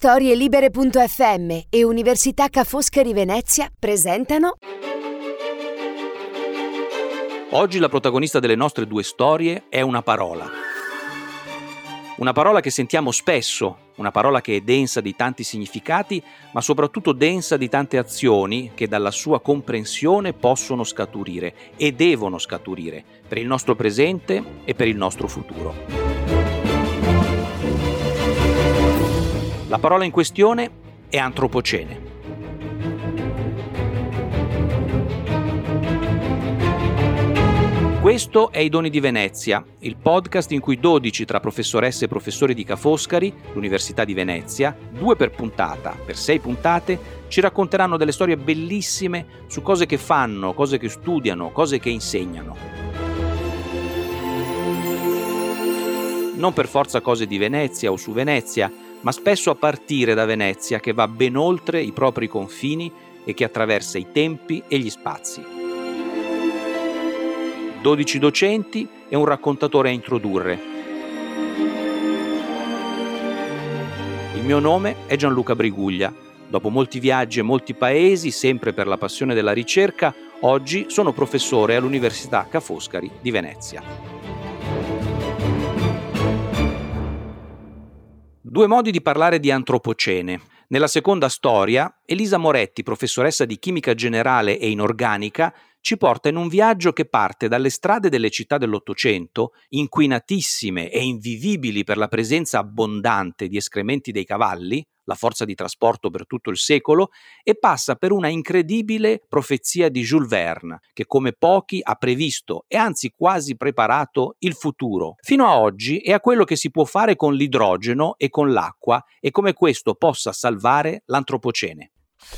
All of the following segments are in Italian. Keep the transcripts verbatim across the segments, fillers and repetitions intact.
Storielibere punto effe emme e Università Ca' Foscari Venezia presentano. Oggi la protagonista delle nostre due storie è una parola. Una parola che sentiamo spesso, una parola che è densa di tanti significati, ma soprattutto densa di tante azioni che dalla sua comprensione possono scaturire e devono scaturire per il nostro presente e per il nostro futuro. La parola in questione è antropocene. Questo è I Doni di Venezia, il podcast in cui dodici tra professoresse e professori di Ca' Foscari, l'Università di Venezia, due per puntata, per sei puntate, ci racconteranno delle storie bellissime su cose che fanno, cose che studiano, cose che insegnano. Non per forza cose di Venezia o su Venezia, ma spesso a partire da Venezia, che va ben oltre i propri confini e che attraversa i tempi e gli spazi. dodici docenti e un raccontatore a introdurre. Il mio nome è Gianluca Briguglia. Dopo molti viaggi e molti paesi, sempre per la passione della ricerca, oggi sono professore all'Università Ca' Foscari di Venezia. Due modi di parlare di antropocene. Nella seconda storia, Elisa Moretti, professoressa di chimica generale e inorganica, ci porta in un viaggio che parte dalle strade delle città dell'Ottocento, inquinatissime e invivibili per la presenza abbondante di escrementi dei cavalli, la forza di trasporto per tutto il secolo, e passa per una incredibile profezia di Jules Verne, che come pochi ha previsto e anzi quasi preparato il futuro, fino a oggi e a quello che si può fare con l'idrogeno e con l'acqua e come questo possa salvare l'antropocene.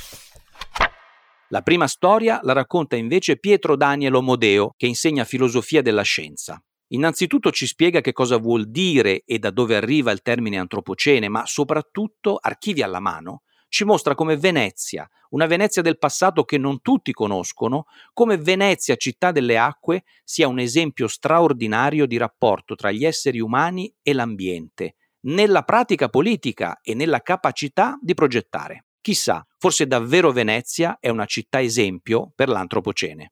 La prima storia la racconta invece Pietro Daniel Omodeo, che insegna filosofia della scienza. Innanzitutto ci spiega che cosa vuol dire e da dove arriva il termine antropocene, ma soprattutto, archivi alla mano, ci mostra come Venezia, una Venezia del passato che non tutti conoscono, come Venezia, città delle acque, sia un esempio straordinario di rapporto tra gli esseri umani e l'ambiente, nella pratica politica e nella capacità di progettare. Chissà, forse davvero Venezia è una città esempio per l'antropocene.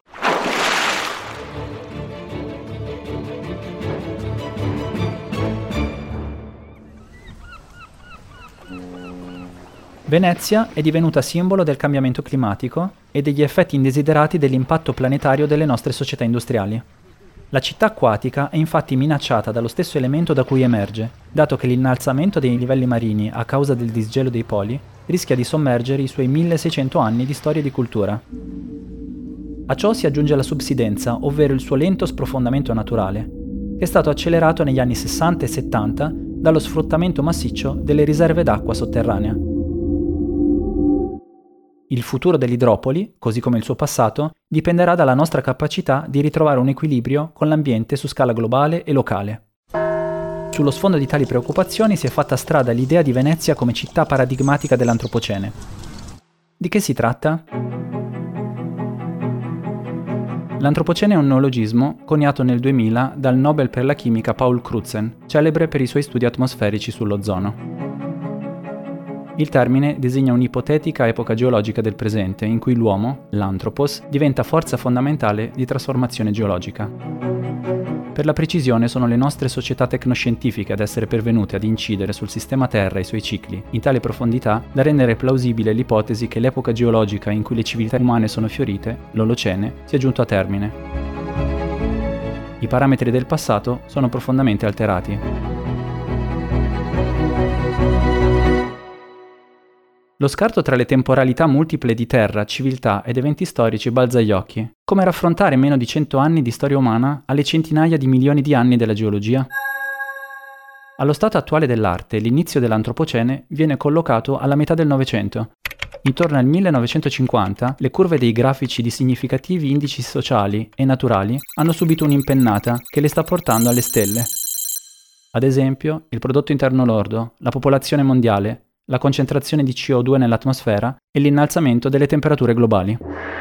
Venezia è divenuta simbolo del cambiamento climatico e degli effetti indesiderati dell'impatto planetario delle nostre società industriali. La città acquatica è infatti minacciata dallo stesso elemento da cui emerge, dato che l'innalzamento dei livelli marini a causa del disgelo dei poli rischia di sommergere i suoi milleseicento anni di storia e di cultura. A ciò si aggiunge la subsidenza, ovvero il suo lento sprofondamento naturale, che è stato accelerato negli anni sessanta e settanta dallo sfruttamento massiccio delle riserve d'acqua sotterranea. Il futuro dell'idropoli, così come il suo passato, dipenderà dalla nostra capacità di ritrovare un equilibrio con l'ambiente su scala globale e locale. Sullo sfondo di tali preoccupazioni si è fatta strada l'idea di Venezia come città paradigmatica dell'antropocene. Di che si tratta? L'antropocene è un neologismo coniato nel duemila dal Nobel per la chimica Paul Crutzen, celebre per i suoi studi atmosferici sull'ozono. Il termine designa un'ipotetica epoca geologica del presente in cui l'uomo, l'antropos, diventa forza fondamentale di trasformazione geologica. Per la precisione sono le nostre società tecnoscientifiche ad essere pervenute ad incidere sul sistema Terra e i suoi cicli in tale profondità da rendere plausibile l'ipotesi che l'epoca geologica in cui le civiltà umane sono fiorite, l'Olocene, sia giunto a termine. I parametri del passato sono profondamente alterati. Lo scarto tra le temporalità multiple di terra, civiltà ed eventi storici balza agli occhi. Come raffrontare meno di cento anni di storia umana alle centinaia di milioni di anni della geologia? Allo stato attuale dell'arte, l'inizio dell'antropocene viene collocato alla metà del Novecento. Intorno al millenovecentocinquanta, le curve dei grafici di significativi indici sociali e naturali hanno subito un'impennata che le sta portando alle stelle. Ad esempio, il prodotto interno lordo, la popolazione mondiale, la concentrazione di C O due nell'atmosfera e l'innalzamento delle temperature globali.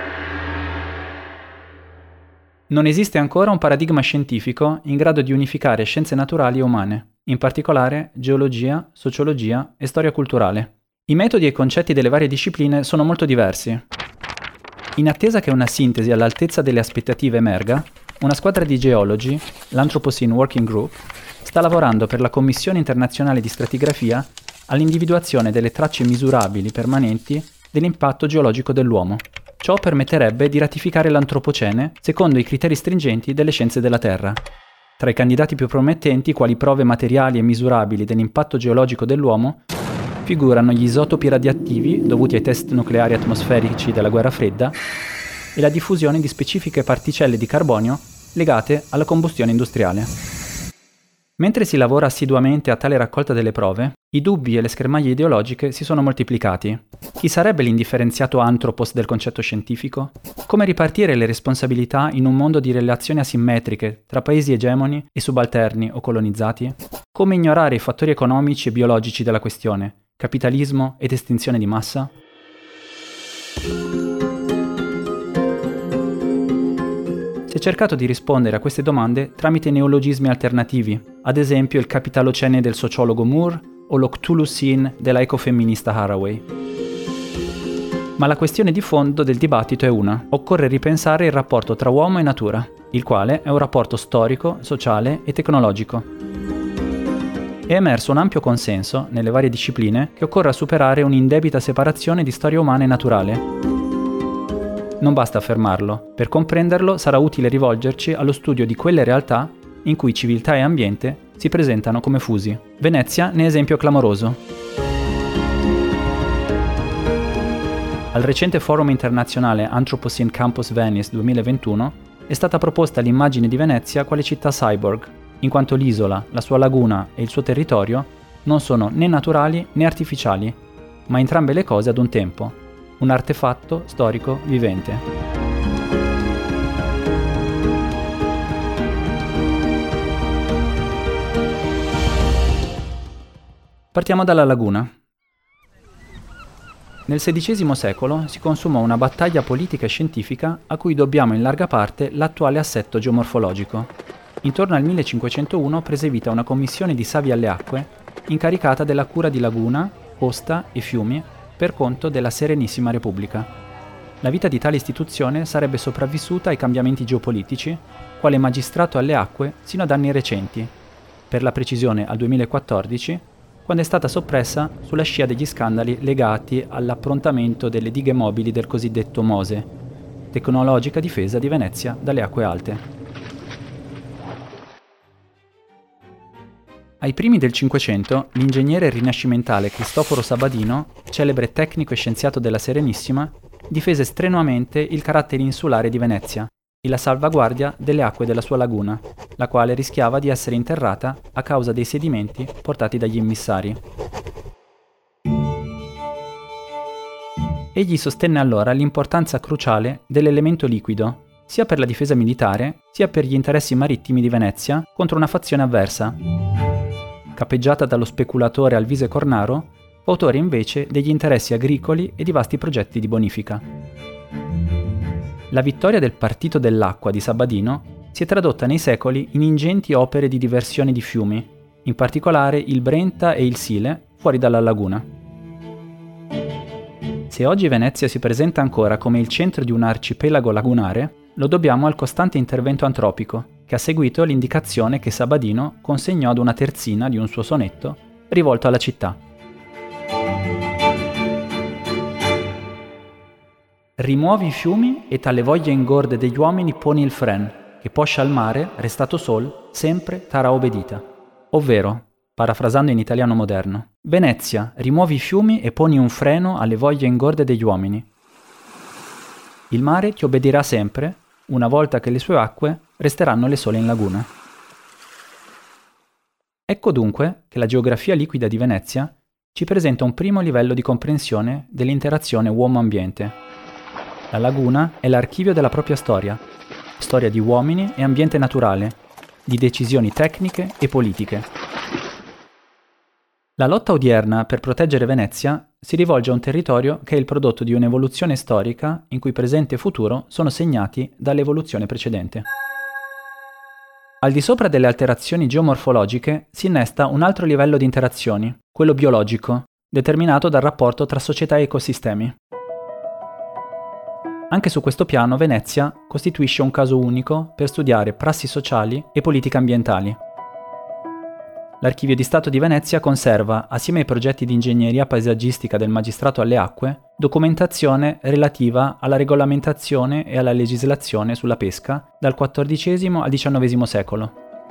Non esiste ancora un paradigma scientifico in grado di unificare scienze naturali e umane, in particolare geologia, sociologia e storia culturale. I metodi e i concetti delle varie discipline sono molto diversi. In attesa che una sintesi all'altezza delle aspettative emerga, una squadra di geologi, l'Anthropocene Working Group, sta lavorando per la Commissione internazionale di stratigrafia all'individuazione delle tracce misurabili permanenti dell'impatto geologico dell'uomo. Ciò permetterebbe di ratificare l'antropocene secondo i criteri stringenti delle scienze della Terra. Tra i candidati più promettenti, quali prove materiali e misurabili dell'impatto geologico dell'uomo, figurano gli isotopi radioattivi dovuti ai test nucleari atmosferici della guerra fredda e la diffusione di specifiche particelle di carbonio legate alla combustione industriale. Mentre si lavora assiduamente a tale raccolta delle prove, i dubbi e le schermaglie ideologiche si sono moltiplicati. Chi sarebbe l'indifferenziato anthropos del concetto scientifico? Come ripartire le responsabilità in un mondo di relazioni asimmetriche tra paesi egemoni e subalterni o colonizzati? Come ignorare i fattori economici e biologici della questione? Capitalismo ed estinzione di massa? Si è cercato di rispondere a queste domande tramite neologismi alternativi, ad esempio il capitalocene del sociologo Moore o lo Cthulhucene della ecofemminista Haraway. Ma la questione di fondo del dibattito è una: occorre ripensare il rapporto tra uomo e natura, il quale è un rapporto storico, sociale e tecnologico. È emerso un ampio consenso, nelle varie discipline, che occorra superare un'indebita separazione di storia umana e naturale. Non basta affermarlo. Per comprenderlo sarà utile rivolgerci allo studio di quelle realtà in cui civiltà e ambiente si presentano come fusi. Venezia ne è esempio clamoroso. Al recente forum internazionale Anthropocene Campus Venice duemilaventuno è stata proposta l'immagine di Venezia quale città cyborg, in quanto l'isola, la sua laguna e il suo territorio non sono né naturali né artificiali, ma entrambe le cose ad un tempo, un artefatto storico vivente. Partiamo dalla laguna. Nel sedicesimo secolo si consumò una battaglia politica e scientifica a cui dobbiamo in larga parte l'attuale assetto geomorfologico. Intorno al millecinquecentouno prese vita una commissione di savi alle acque incaricata della cura di laguna, costa e fiumi per conto della Serenissima Repubblica. La vita di tale istituzione sarebbe sopravvissuta ai cambiamenti geopolitici, quale magistrato alle acque sino ad anni recenti, per la precisione al duemilaquattordici, quando è stata soppressa sulla scia degli scandali legati all'approntamento delle dighe mobili del cosiddetto MOSE, tecnologica difesa di Venezia dalle acque alte. Ai primi del Cinquecento, l'ingegnere rinascimentale Cristoforo Sabadino, celebre tecnico e scienziato della Serenissima, difese strenuamente il carattere insulare di Venezia e la salvaguardia delle acque della sua laguna, la quale rischiava di essere interrata a causa dei sedimenti portati dagli immissari. Egli sostenne allora l'importanza cruciale dell'elemento liquido, sia per la difesa militare, sia per gli interessi marittimi di Venezia contro una fazione avversa. Capeggiata dallo speculatore Alvise Cornaro, autore invece degli interessi agricoli e di vasti progetti di bonifica. La vittoria del Partito dell'Acqua di Sabadino si è tradotta nei secoli in ingenti opere di diversione di fiumi, in particolare il Brenta e il Sile, fuori dalla laguna. Se oggi Venezia si presenta ancora come il centro di un arcipelago lagunare, lo dobbiamo al costante intervento antropico, che ha seguito l'indicazione che Sabadino consegnò ad una terzina di un suo sonetto rivolto alla città. Rimuovi i fiumi e alle voglie ingorde degli uomini poni il fren, che poscia al mare, restato sol, sempre t'ara obbedita. Ovvero, parafrasando in italiano moderno, Venezia, rimuovi i fiumi e poni un freno alle voglie ingorde degli uomini. Il mare ti obbedirà sempre, una volta che le sue acque resteranno le sole in laguna. Ecco dunque che la geografia liquida di Venezia ci presenta un primo livello di comprensione dell'interazione uomo-ambiente. La laguna è l'archivio della propria storia, storia di uomini e ambiente naturale, di decisioni tecniche e politiche. La lotta odierna per proteggere Venezia si rivolge a un territorio che è il prodotto di un'evoluzione storica in cui presente e futuro sono segnati dall'evoluzione precedente. Al di sopra delle alterazioni geomorfologiche si innesta un altro livello di interazioni, quello biologico, determinato dal rapporto tra società e ecosistemi. Anche su questo piano Venezia costituisce un caso unico per studiare prassi sociali e politiche ambientali. L'Archivio di Stato di Venezia conserva, assieme ai progetti di ingegneria paesaggistica del Magistrato alle Acque, documentazione relativa alla regolamentazione e alla legislazione sulla pesca dal quattordicesimo al diciannovesimo secolo.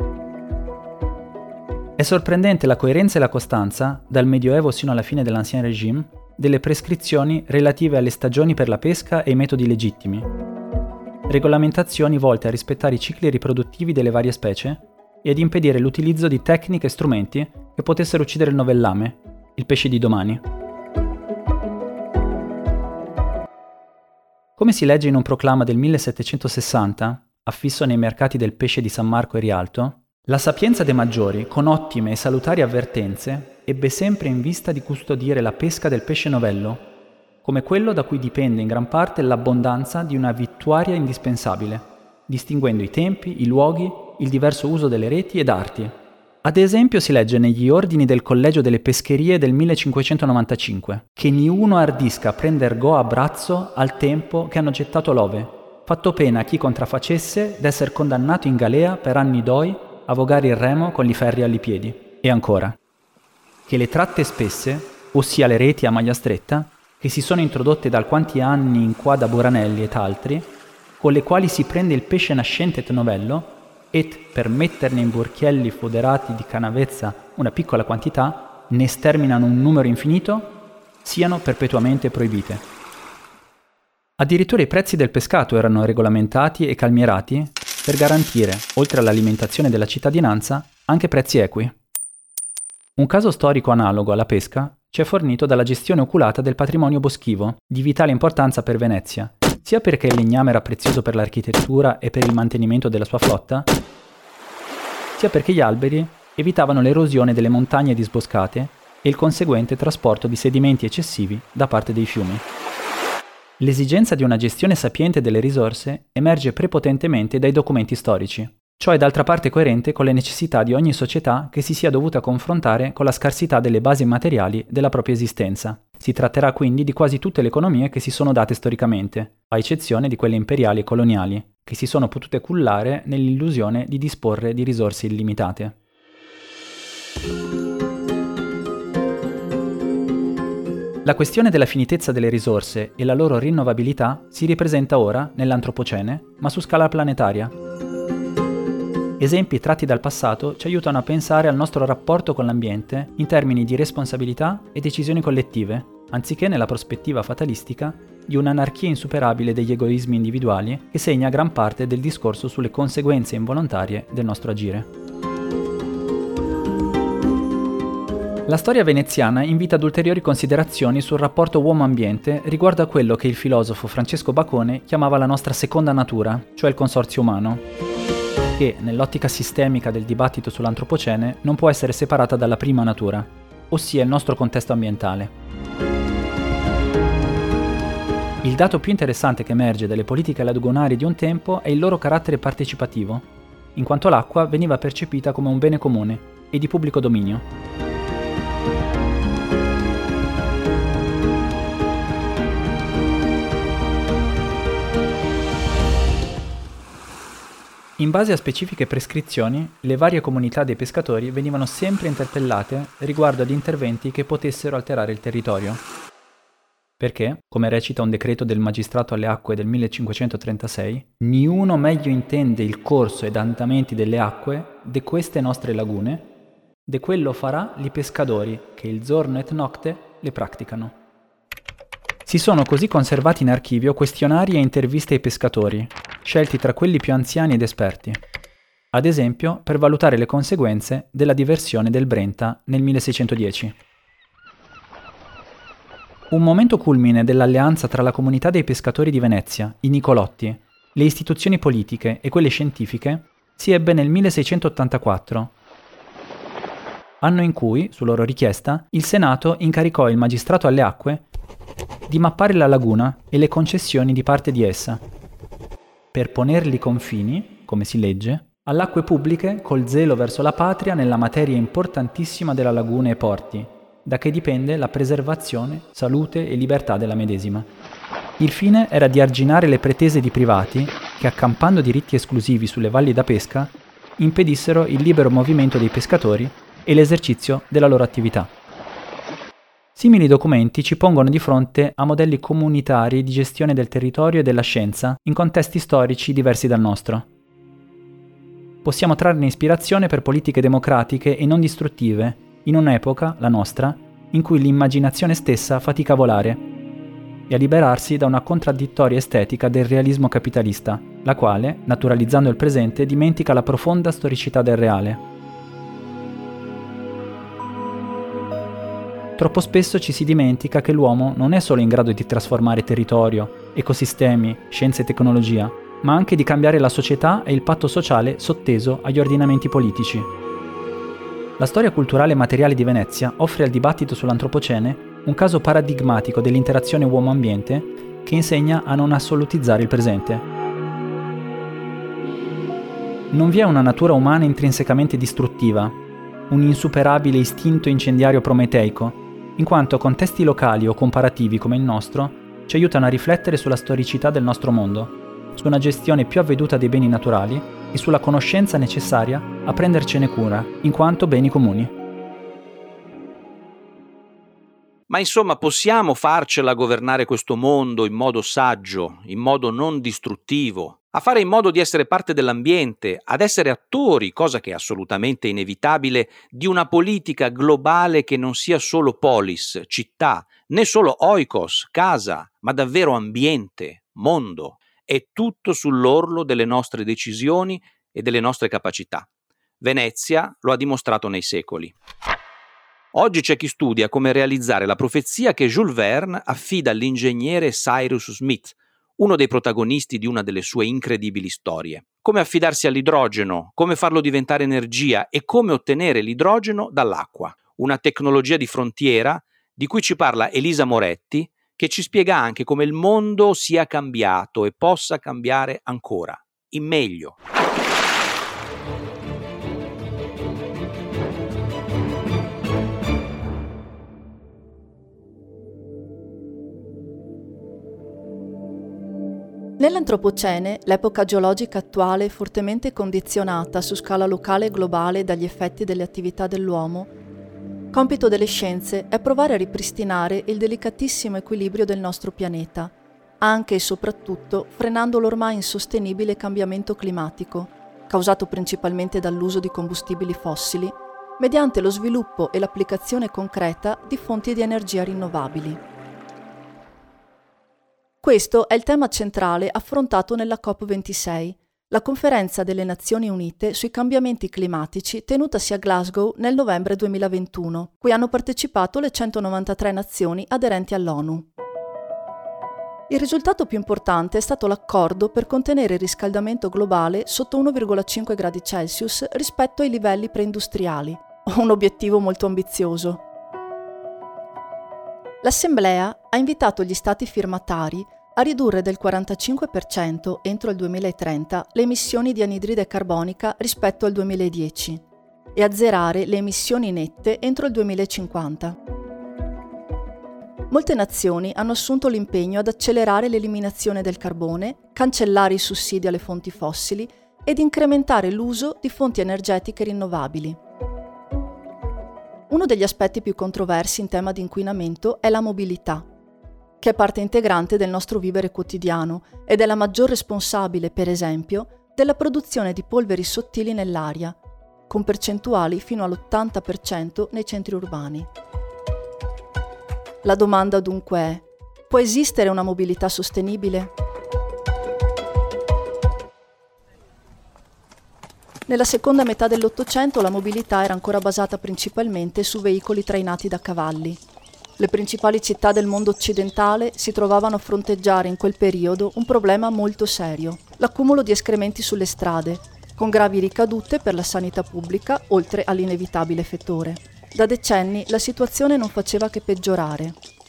È sorprendente la coerenza e la costanza, dal Medioevo sino alla fine dell'Ancien Régime, delle prescrizioni relative alle stagioni per la pesca e i metodi legittimi. Regolamentazioni volte a rispettare i cicli riproduttivi delle varie specie e ad impedire l'utilizzo di tecniche e strumenti che potessero uccidere il novellame, il pesce di domani. Come si legge in un proclama del millesettecentosessanta, affisso nei mercati del pesce di San Marco e Rialto, la sapienza dei maggiori, con ottime e salutari avvertenze, ebbe sempre in vista di custodire la pesca del pesce novello, come quello da cui dipende in gran parte l'abbondanza di una vittuaria indispensabile, distinguendo i tempi, i luoghi, il diverso uso delle reti ed arti. Ad esempio si legge negli ordini del Collegio delle Pescherie del millecinquecentonovantacinque che niuno ardisca prender go a brazzo al tempo che hanno gettato l'ove, fatto pena a chi contrafacesse d'esser condannato in galea per anni d'oi a vogare il remo con i ferri alli piedi. E ancora, che le tratte spesse, ossia le reti a maglia stretta, che si sono introdotte da alquanti anni in qua da Buranelli et altri, con le quali si prende il pesce nascente et novello, et per metterne in burchielli foderati di canavezza una piccola quantità, ne sterminano un numero infinito, siano perpetuamente proibite. Addirittura i prezzi del pescato erano regolamentati e calmierati per garantire, oltre all'alimentazione della cittadinanza, anche prezzi equi. Un caso storico analogo alla pesca ci è fornito dalla gestione oculata del patrimonio boschivo, di vitale importanza per Venezia, sia perché il legname era prezioso per l'architettura e per il mantenimento della sua flotta, sia perché gli alberi evitavano l'erosione delle montagne disboscate e il conseguente trasporto di sedimenti eccessivi da parte dei fiumi. L'esigenza di una gestione sapiente delle risorse emerge prepotentemente dai documenti storici. Ciò è d'altra parte coerente con le necessità di ogni società che si sia dovuta confrontare con la scarsità delle basi materiali della propria esistenza. Si tratterà quindi di quasi tutte le economie che si sono date storicamente, a eccezione di quelle imperiali e coloniali, che si sono potute cullare nell'illusione di disporre di risorse illimitate. La questione della finitezza delle risorse e la loro rinnovabilità si ripresenta ora nell'Antropocene, ma su scala planetaria. Esempi tratti dal passato ci aiutano a pensare al nostro rapporto con l'ambiente in termini di responsabilità e decisioni collettive, anziché nella prospettiva fatalistica di un'anarchia insuperabile degli egoismi individuali che segna gran parte del discorso sulle conseguenze involontarie del nostro agire. La storia veneziana invita ad ulteriori considerazioni sul rapporto uomo-ambiente riguardo a quello che il filosofo Francesco Bacone chiamava la nostra seconda natura, cioè il consorzio umano, che, nell'ottica sistemica del dibattito sull'antropocene, non può essere separata dalla prima natura, ossia il nostro contesto ambientale. Il dato più interessante che emerge dalle politiche lagunari di un tempo è il loro carattere partecipativo, in quanto l'acqua veniva percepita come un bene comune e di pubblico dominio. In base a specifiche prescrizioni, le varie comunità dei pescatori venivano sempre interpellate riguardo ad interventi che potessero alterare il territorio. Perché, come recita un decreto del Magistrato alle Acque del millecinquecentotrentasei, niuno meglio intende il corso ed andamenti delle acque de queste nostre lagune, de quello farà li pescadori che il giorno et nocte le praticano. Si sono così conservati in archivio questionari e interviste ai pescatori, scelti tra quelli più anziani ed esperti, ad esempio per valutare le conseguenze della diversione del Brenta nel milleseicentodieci. Un momento culmine dell'alleanza tra la comunità dei pescatori di Venezia, i Nicolotti, le istituzioni politiche e quelle scientifiche si ebbe nel milleseicentottantaquattro, anno in cui, su loro richiesta, il Senato incaricò il Magistrato alle Acque di mappare la laguna e le concessioni di parte di essa, per ponerli confini, come si legge, all'acque pubbliche col zelo verso la patria nella materia importantissima della laguna e porti, da che dipende la preservazione, salute e libertà della medesima. Il fine era di arginare le pretese di privati che, accampando diritti esclusivi sulle valli da pesca, impedissero il libero movimento dei pescatori e l'esercizio della loro attività. Simili documenti ci pongono di fronte a modelli comunitari di gestione del territorio e della scienza in contesti storici diversi dal nostro. Possiamo trarne ispirazione per politiche democratiche e non distruttive, in un'epoca, la nostra, in cui l'immaginazione stessa fatica a volare e a liberarsi da una contraddittoria estetica del realismo capitalista, la quale, naturalizzando il presente, dimentica la profonda storicità del reale. Troppo spesso ci si dimentica che l'uomo non è solo in grado di trasformare territorio, ecosistemi, scienza e tecnologia, ma anche di cambiare la società e il patto sociale sotteso agli ordinamenti politici. La storia culturale e materiale di Venezia offre al dibattito sull'antropocene un caso paradigmatico dell'interazione uomo-ambiente che insegna a non assolutizzare il presente. Non vi è una natura umana intrinsecamente distruttiva, un insuperabile istinto incendiario prometeico, in quanto contesti locali o comparativi come il nostro ci aiutano a riflettere sulla storicità del nostro mondo, su una gestione più avveduta dei beni naturali e sulla conoscenza necessaria a prendercene cura, in quanto beni comuni. Ma insomma, possiamo farcela governare questo mondo in modo saggio, in modo non distruttivo, a fare in modo di essere parte dell'ambiente, ad essere attori, cosa che è assolutamente inevitabile, di una politica globale che non sia solo polis, città, né solo oikos, casa, ma davvero ambiente, mondo. È tutto sull'orlo delle nostre decisioni e delle nostre capacità. Venezia lo ha dimostrato nei secoli. Oggi c'è chi studia come realizzare la profezia che Jules Verne affida all'ingegnere Cyrus Smith, uno dei protagonisti di una delle sue incredibili storie. Come affidarsi all'idrogeno, come farlo diventare energia e come ottenere l'idrogeno dall'acqua. Una tecnologia di frontiera di cui ci parla Elisa Moretti, che ci spiega anche come il mondo sia cambiato e possa cambiare ancora, in meglio. Nell'Antropocene, l'epoca geologica attuale fortemente condizionata su scala locale e globale dagli effetti delle attività dell'uomo, compito delle scienze è provare a ripristinare il delicatissimo equilibrio del nostro pianeta, anche e soprattutto frenando l'ormai insostenibile cambiamento climatico, causato principalmente dall'uso di combustibili fossili, mediante lo sviluppo e l'applicazione concreta di fonti di energia rinnovabili. Questo è il tema centrale affrontato nella COP ventisei, la conferenza delle Nazioni Unite sui cambiamenti climatici tenutasi a Glasgow nel novembre duemilaventuno, cui hanno partecipato le centonovantatré nazioni aderenti all'ONU. Il risultato più importante è stato l'accordo per contenere il riscaldamento globale sotto uno virgola cinque gradi Celsius rispetto ai livelli preindustriali, un obiettivo molto ambizioso. L'Assemblea ha invitato gli Stati firmatari a ridurre del quarantacinque per cento entro il duemilatrenta le emissioni di anidride carbonica rispetto al duemiladieci e azzerare le emissioni nette entro il duemilacinquanta. Molte nazioni hanno assunto l'impegno ad accelerare l'eliminazione del carbone, cancellare i sussidi alle fonti fossili ed incrementare l'uso di fonti energetiche rinnovabili. Uno degli aspetti più controversi in tema di inquinamento è la mobilità, che è parte integrante del nostro vivere quotidiano ed è la maggior responsabile, per esempio, della produzione di polveri sottili nell'aria, con percentuali fino all'ottanta per cento nei centri urbani. La domanda dunque è: può esistere una mobilità sostenibile? Nella seconda metà dell'Ottocento la mobilità era ancora basata principalmente su veicoli trainati da cavalli. Le principali città del mondo occidentale si trovavano a fronteggiare in quel periodo un problema molto serio: l'accumulo di escrementi sulle strade, con gravi ricadute per la sanità pubblica, oltre all'inevitabile fetore. Da decenni la situazione non faceva che peggiorare.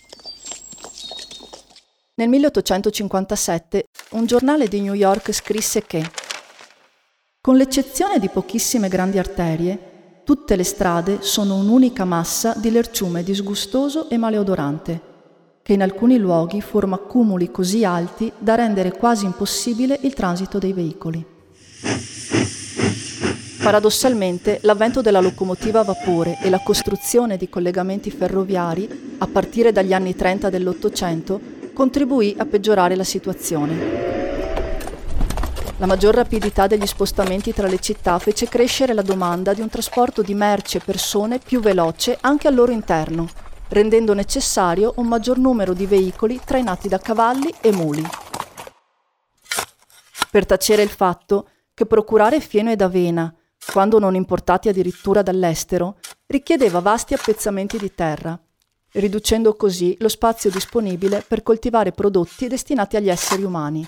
Nel milleottocentocinquantasette un giornale di New York scrisse che, con l'eccezione di pochissime grandi arterie, tutte le strade sono un'unica massa di lerciume disgustoso e maleodorante, che in alcuni luoghi forma cumuli così alti da rendere quasi impossibile il transito dei veicoli. Paradossalmente, l'avvento della locomotiva a vapore e la costruzione di collegamenti ferroviari, a partire dagli anni trenta dell'Ottocento, contribuì a peggiorare la situazione. La maggior rapidità degli spostamenti tra le città fece crescere la domanda di un trasporto di merci e persone più veloce anche al loro interno, rendendo necessario un maggior numero di veicoli trainati da cavalli e muli. Per tacere il fatto che procurare fieno ed avena, quando non importati addirittura dall'estero, richiedeva vasti appezzamenti di terra, riducendo così lo spazio disponibile per coltivare prodotti destinati agli esseri umani.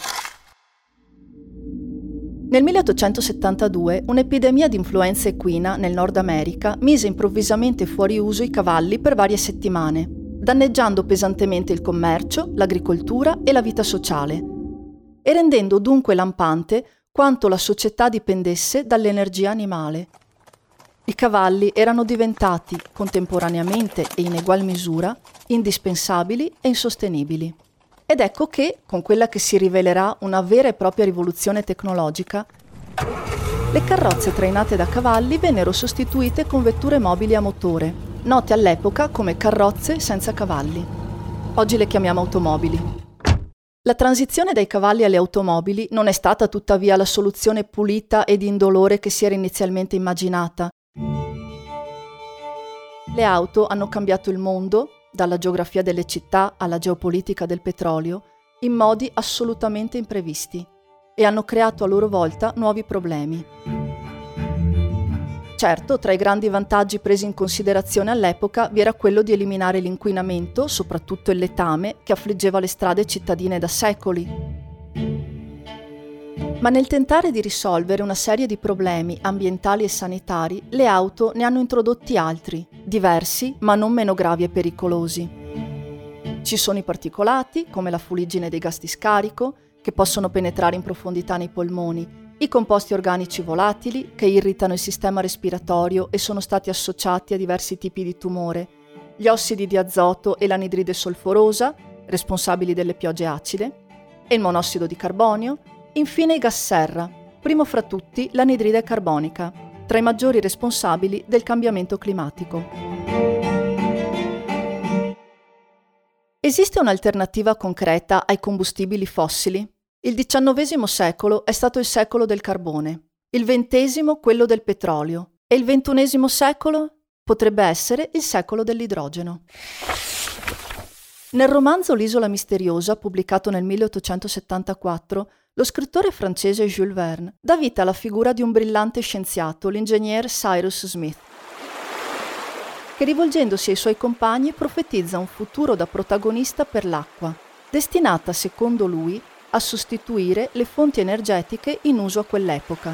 Nel milleottocentosettantadue un'epidemia di influenza equina nel Nord America mise improvvisamente fuori uso i cavalli per varie settimane, danneggiando pesantemente il commercio, l'agricoltura e la vita sociale, e rendendo dunque lampante quanto la società dipendesse dall'energia animale. I cavalli erano diventati, contemporaneamente e in egual misura, indispensabili e insostenibili. Ed ecco che, con quella che si rivelerà una vera e propria rivoluzione tecnologica, le carrozze trainate da cavalli vennero sostituite con vetture mobili a motore, note all'epoca come carrozze senza cavalli. Oggi le chiamiamo automobili. La transizione dai cavalli alle automobili non è stata tuttavia la soluzione pulita ed indolore che si era inizialmente immaginata. Le auto hanno cambiato il mondo, dalla geografia delle città alla geopolitica del petrolio, in modi assolutamente imprevisti, e hanno creato a loro volta nuovi problemi. Certo, tra i grandi vantaggi presi in considerazione all'epoca vi era quello di eliminare l'inquinamento, soprattutto il letame, che affliggeva le strade cittadine da secoli. Ma nel tentare di risolvere una serie di problemi ambientali e sanitari, le auto ne hanno introdotti altri, diversi ma non meno gravi e pericolosi. Ci sono i particolati, come la fuliggine dei gas di scarico, che possono penetrare in profondità nei polmoni, i composti organici volatili, che irritano il sistema respiratorio e sono stati associati a diversi tipi di tumore, gli ossidi di azoto e l'anidride solforosa, responsabili delle piogge acide, e il monossido di carbonio. Infine i gas serra, primo fra tutti l'anidride carbonica, tra i maggiori responsabili del cambiamento climatico. Esiste un'alternativa concreta ai combustibili fossili? Il diciannovesimo secolo è stato il secolo del carbone, il ventesimo quello del petrolio e il ventunesimo secolo potrebbe essere il secolo dell'idrogeno. Nel romanzo L'isola misteriosa, pubblicato nel milleottocentosettantaquattro, lo scrittore francese Jules Verne dà vita alla figura di un brillante scienziato, l'ingegner Cyrus Smith, che rivolgendosi ai suoi compagni profetizza un futuro da protagonista per l'acqua, destinata, secondo lui, a sostituire le fonti energetiche in uso a quell'epoca.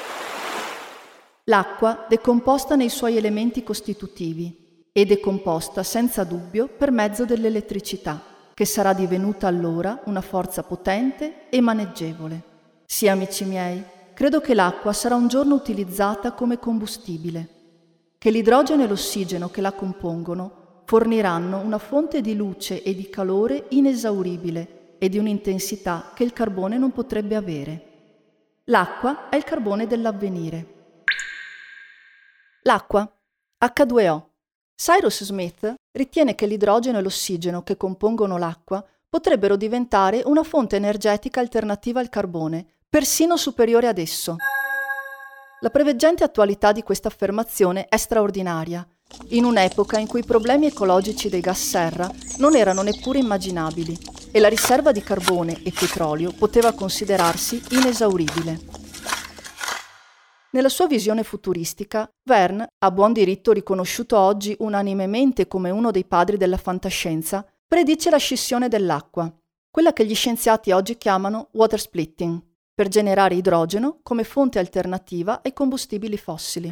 L'acqua decomposta nei suoi elementi costitutivi e decomposta senza dubbio per mezzo dell'elettricità, che sarà divenuta allora una forza potente e maneggevole. Sì, amici miei, credo che l'acqua sarà un giorno utilizzata come combustibile, che l'idrogeno e l'ossigeno che la compongono forniranno una fonte di luce e di calore inesauribile e di un'intensità che il carbone non potrebbe avere. L'acqua è il carbone dell'avvenire. L'acqua, acca due o. Cyrus Smith ritiene che l'idrogeno e l'ossigeno che compongono l'acqua potrebbero diventare una fonte energetica alternativa al carbone, persino superiore ad esso. La preveggente attualità di questa affermazione è straordinaria, in un'epoca in cui i problemi ecologici dei gas serra non erano neppure immaginabili e la riserva di carbone e petrolio poteva considerarsi inesauribile. Nella sua visione futuristica, Verne, a buon diritto riconosciuto oggi unanimemente come uno dei padri della fantascienza, predice la scissione dell'acqua, quella che gli scienziati oggi chiamano water splitting, per generare idrogeno come fonte alternativa ai combustibili fossili.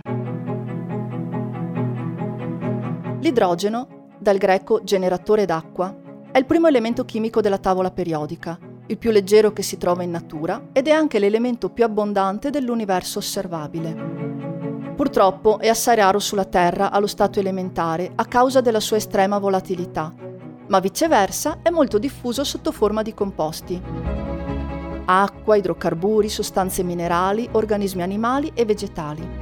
L'idrogeno, dal greco generatore d'acqua, è il primo elemento chimico della tavola periodica, il più leggero che si trova in natura ed è anche l'elemento più abbondante dell'universo osservabile. Purtroppo è assai raro sulla Terra allo stato elementare a causa della sua estrema volatilità, ma viceversa è molto diffuso sotto forma di composti. Acqua, idrocarburi, sostanze minerali, organismi animali e vegetali.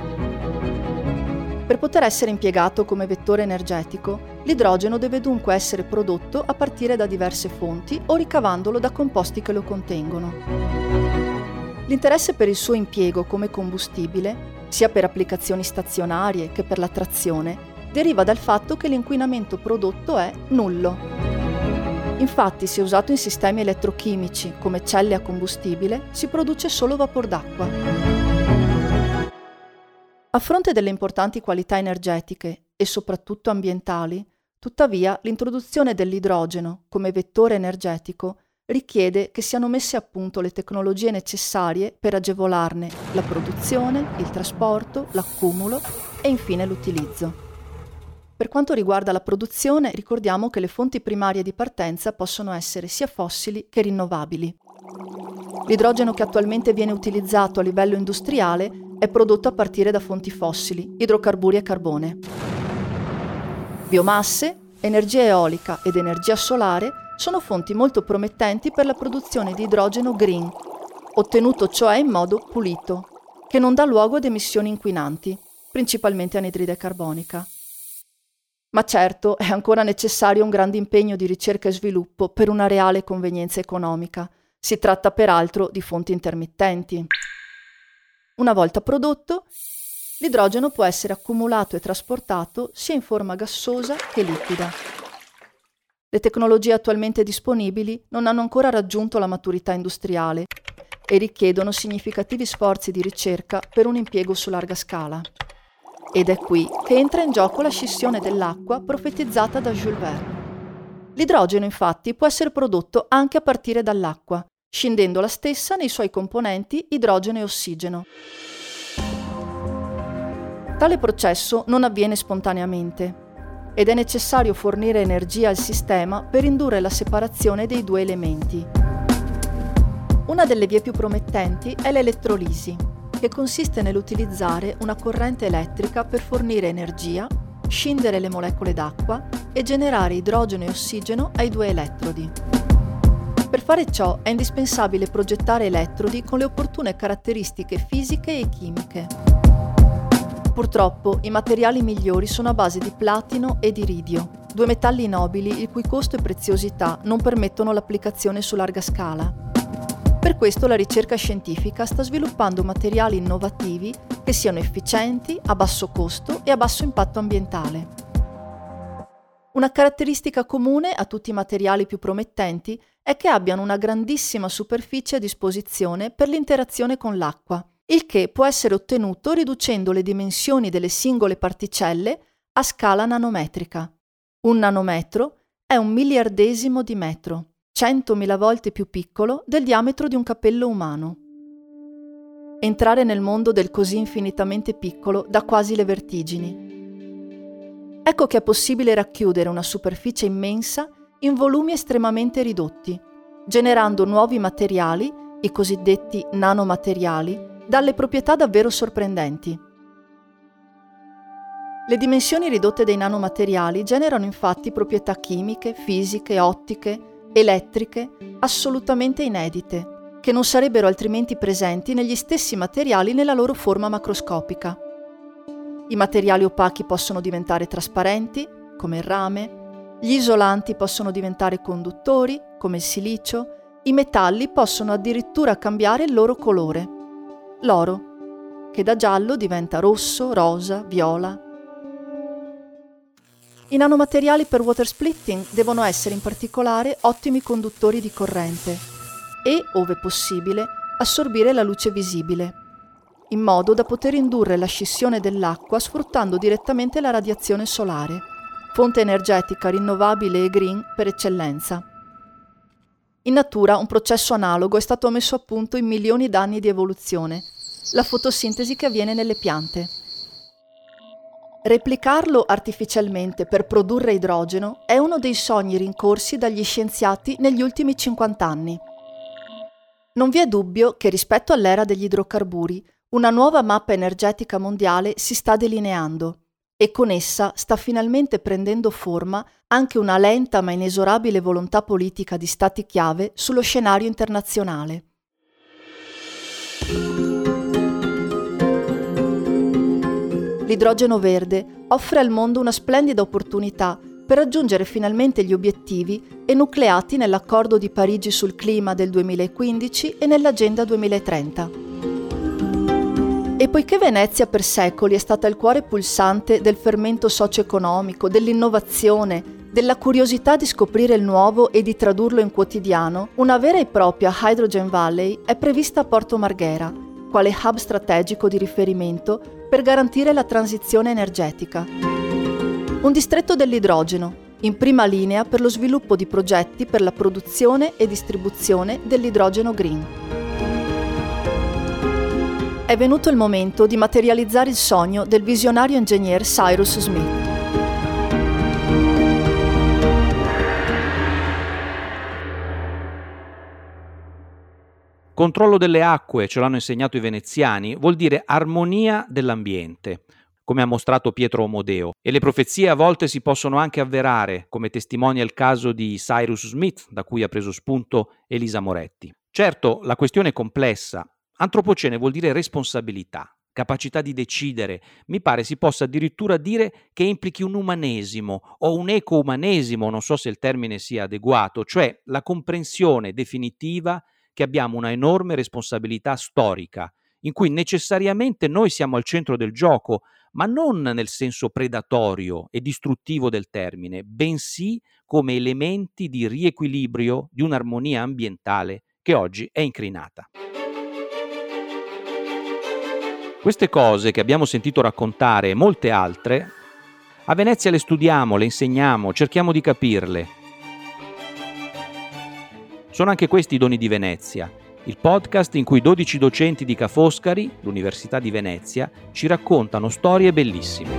Per poter essere impiegato come vettore energetico, l'idrogeno deve dunque essere prodotto a partire da diverse fonti o ricavandolo da composti che lo contengono. L'interesse per il suo impiego come combustibile, sia per applicazioni stazionarie che per la trazione, deriva dal fatto che l'inquinamento prodotto è nullo. Infatti, se usato in sistemi elettrochimici come celle a combustibile, si produce solo vapor d'acqua. A fronte delle importanti qualità energetiche e soprattutto ambientali, tuttavia l'introduzione dell'idrogeno come vettore energetico richiede che siano messe a punto le tecnologie necessarie per agevolarne la produzione, il trasporto, l'accumulo e infine l'utilizzo. Per quanto riguarda la produzione, ricordiamo che le fonti primarie di partenza possono essere sia fossili che rinnovabili. L'idrogeno che attualmente viene utilizzato a livello industriale è prodotto a partire da fonti fossili, idrocarburi e carbone. Biomasse, energia eolica ed energia solare sono fonti molto promettenti per la produzione di idrogeno green, ottenuto cioè in modo pulito, che non dà luogo ad emissioni inquinanti, principalmente anidride carbonica. Ma certo è ancora necessario un grande impegno di ricerca e sviluppo per una reale convenienza economica. Si tratta peraltro di fonti intermittenti. Una volta prodotto, l'idrogeno può essere accumulato e trasportato sia in forma gassosa che liquida. Le tecnologie attualmente disponibili non hanno ancora raggiunto la maturità industriale e richiedono significativi sforzi di ricerca per un impiego su larga scala. Ed è qui che entra in gioco la scissione dell'acqua profetizzata da Jules Verne. L'idrogeno, infatti, può essere prodotto anche a partire dall'acqua, scindendo la stessa nei suoi componenti idrogeno e ossigeno. Tale processo non avviene spontaneamente ed è necessario fornire energia al sistema per indurre la separazione dei due elementi. Una delle vie più promettenti è l'elettrolisi, che consiste nell'utilizzare una corrente elettrica per fornire energia, scindere le molecole d'acqua e generare idrogeno e ossigeno ai due elettrodi. Per fare ciò è indispensabile progettare elettrodi con le opportune caratteristiche fisiche e chimiche. Purtroppo i materiali migliori sono a base di platino ed iridio, due metalli nobili il cui costo e preziosità non permettono l'applicazione su larga scala. Per questo la ricerca scientifica sta sviluppando materiali innovativi che siano efficienti, a basso costo e a basso impatto ambientale. Una caratteristica comune a tutti i materiali più promettenti è che abbiano una grandissima superficie a disposizione per l'interazione con l'acqua, il che può essere ottenuto riducendo le dimensioni delle singole particelle a scala nanometrica. Un nanometro è un miliardesimo di metro, centomila volte più piccolo del diametro di un capello umano. Entrare nel mondo del così infinitamente piccolo dà quasi le vertigini. Ecco che è possibile racchiudere una superficie immensa in volumi estremamente ridotti, generando nuovi materiali, i cosiddetti nanomateriali, dalle proprietà davvero sorprendenti. Le dimensioni ridotte dei nanomateriali generano infatti proprietà chimiche, fisiche, ottiche, elettriche assolutamente inedite, che non sarebbero altrimenti presenti negli stessi materiali nella loro forma macroscopica. I materiali opachi possono diventare trasparenti, come il rame, gli isolanti possono diventare conduttori, come il silicio, i metalli possono addirittura cambiare il loro colore. L'oro, che da giallo diventa rosso, rosa, viola. I nanomateriali per water splitting devono essere in particolare ottimi conduttori di corrente e, ove possibile, assorbire la luce visibile, in modo da poter indurre la scissione dell'acqua sfruttando direttamente la radiazione solare, fonte energetica rinnovabile e green per eccellenza. In natura un processo analogo è stato messo a punto in milioni d'anni di evoluzione, la fotosintesi che avviene nelle piante. Replicarlo artificialmente per produrre idrogeno è uno dei sogni rincorsi dagli scienziati negli ultimi cinquanta anni. Non vi è dubbio che rispetto all'era degli idrocarburi, una nuova mappa energetica mondiale si sta delineando e con essa sta finalmente prendendo forma anche una lenta ma inesorabile volontà politica di stati chiave sullo scenario internazionale. L'idrogeno verde offre al mondo una splendida opportunità per raggiungere finalmente gli obiettivi enucleati nell'Accordo di Parigi sul clima del duemilaquindici e nell'Agenda duemilatrenta. E poiché Venezia per secoli è stata il cuore pulsante del fermento socio-economico, dell'innovazione, della curiosità di scoprire il nuovo e di tradurlo in quotidiano, una vera e propria Hydrogen Valley è prevista a Porto Marghera, quale hub strategico di riferimento per garantire la transizione energetica. Un distretto dell'idrogeno, in prima linea per lo sviluppo di progetti per la produzione e distribuzione dell'idrogeno green. È venuto il momento di materializzare il sogno del visionario ingegner Cyrus Smith. Controllo delle acque, ce l'hanno insegnato i veneziani, vuol dire armonia dell'ambiente, come ha mostrato Pietro Omodeo, e le profezie a volte si possono anche avverare, come testimonia il caso di Cyrus Smith, da cui ha preso spunto Elisa Moretti. Certo, la questione è complessa. Antropocene vuol dire responsabilità, capacità di decidere. Mi pare si possa addirittura dire che implichi un umanesimo o un eco-umanesimo, non so se il termine sia adeguato, cioè la comprensione definitiva che abbiamo una enorme responsabilità storica, in cui necessariamente noi siamo al centro del gioco, ma non nel senso predatorio e distruttivo del termine, bensì come elementi di riequilibrio di un'armonia ambientale che oggi è incrinata. Queste cose che abbiamo sentito raccontare e molte altre, a Venezia le studiamo, le insegniamo, cerchiamo di capirle. Sono anche questi i Doni di Venezia, il podcast in cui dodici docenti di Ca' Foscari, l'Università di Venezia, ci raccontano storie bellissime.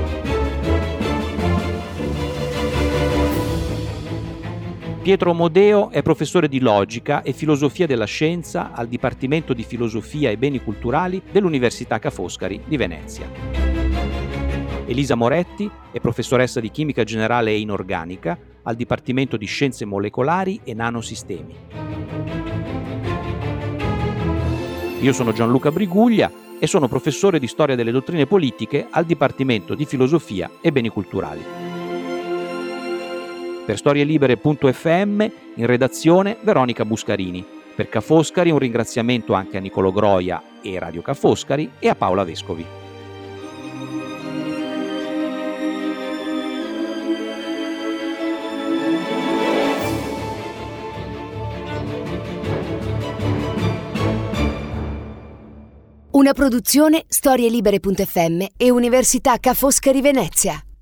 Pietro Omodeo è professore di logica e filosofia della scienza al Dipartimento di Filosofia e Beni Culturali dell'Università Ca' Foscari di Venezia. Elisa Moretti è professoressa di chimica generale e inorganica al Dipartimento di Scienze Molecolari e Nanosistemi. Io sono Gianluca Briguglia e sono professore di Storia delle Dottrine Politiche al Dipartimento di Filosofia e Beni Culturali. Per storielibere punto effe emme, in redazione Veronica Buscarini. Per Ca' Foscari un ringraziamento anche a Nicolò Groia e Radio Ca' Foscari e a Paola Vescovi. Una produzione storielibere punto effe emme e Università Ca' Foscari Venezia.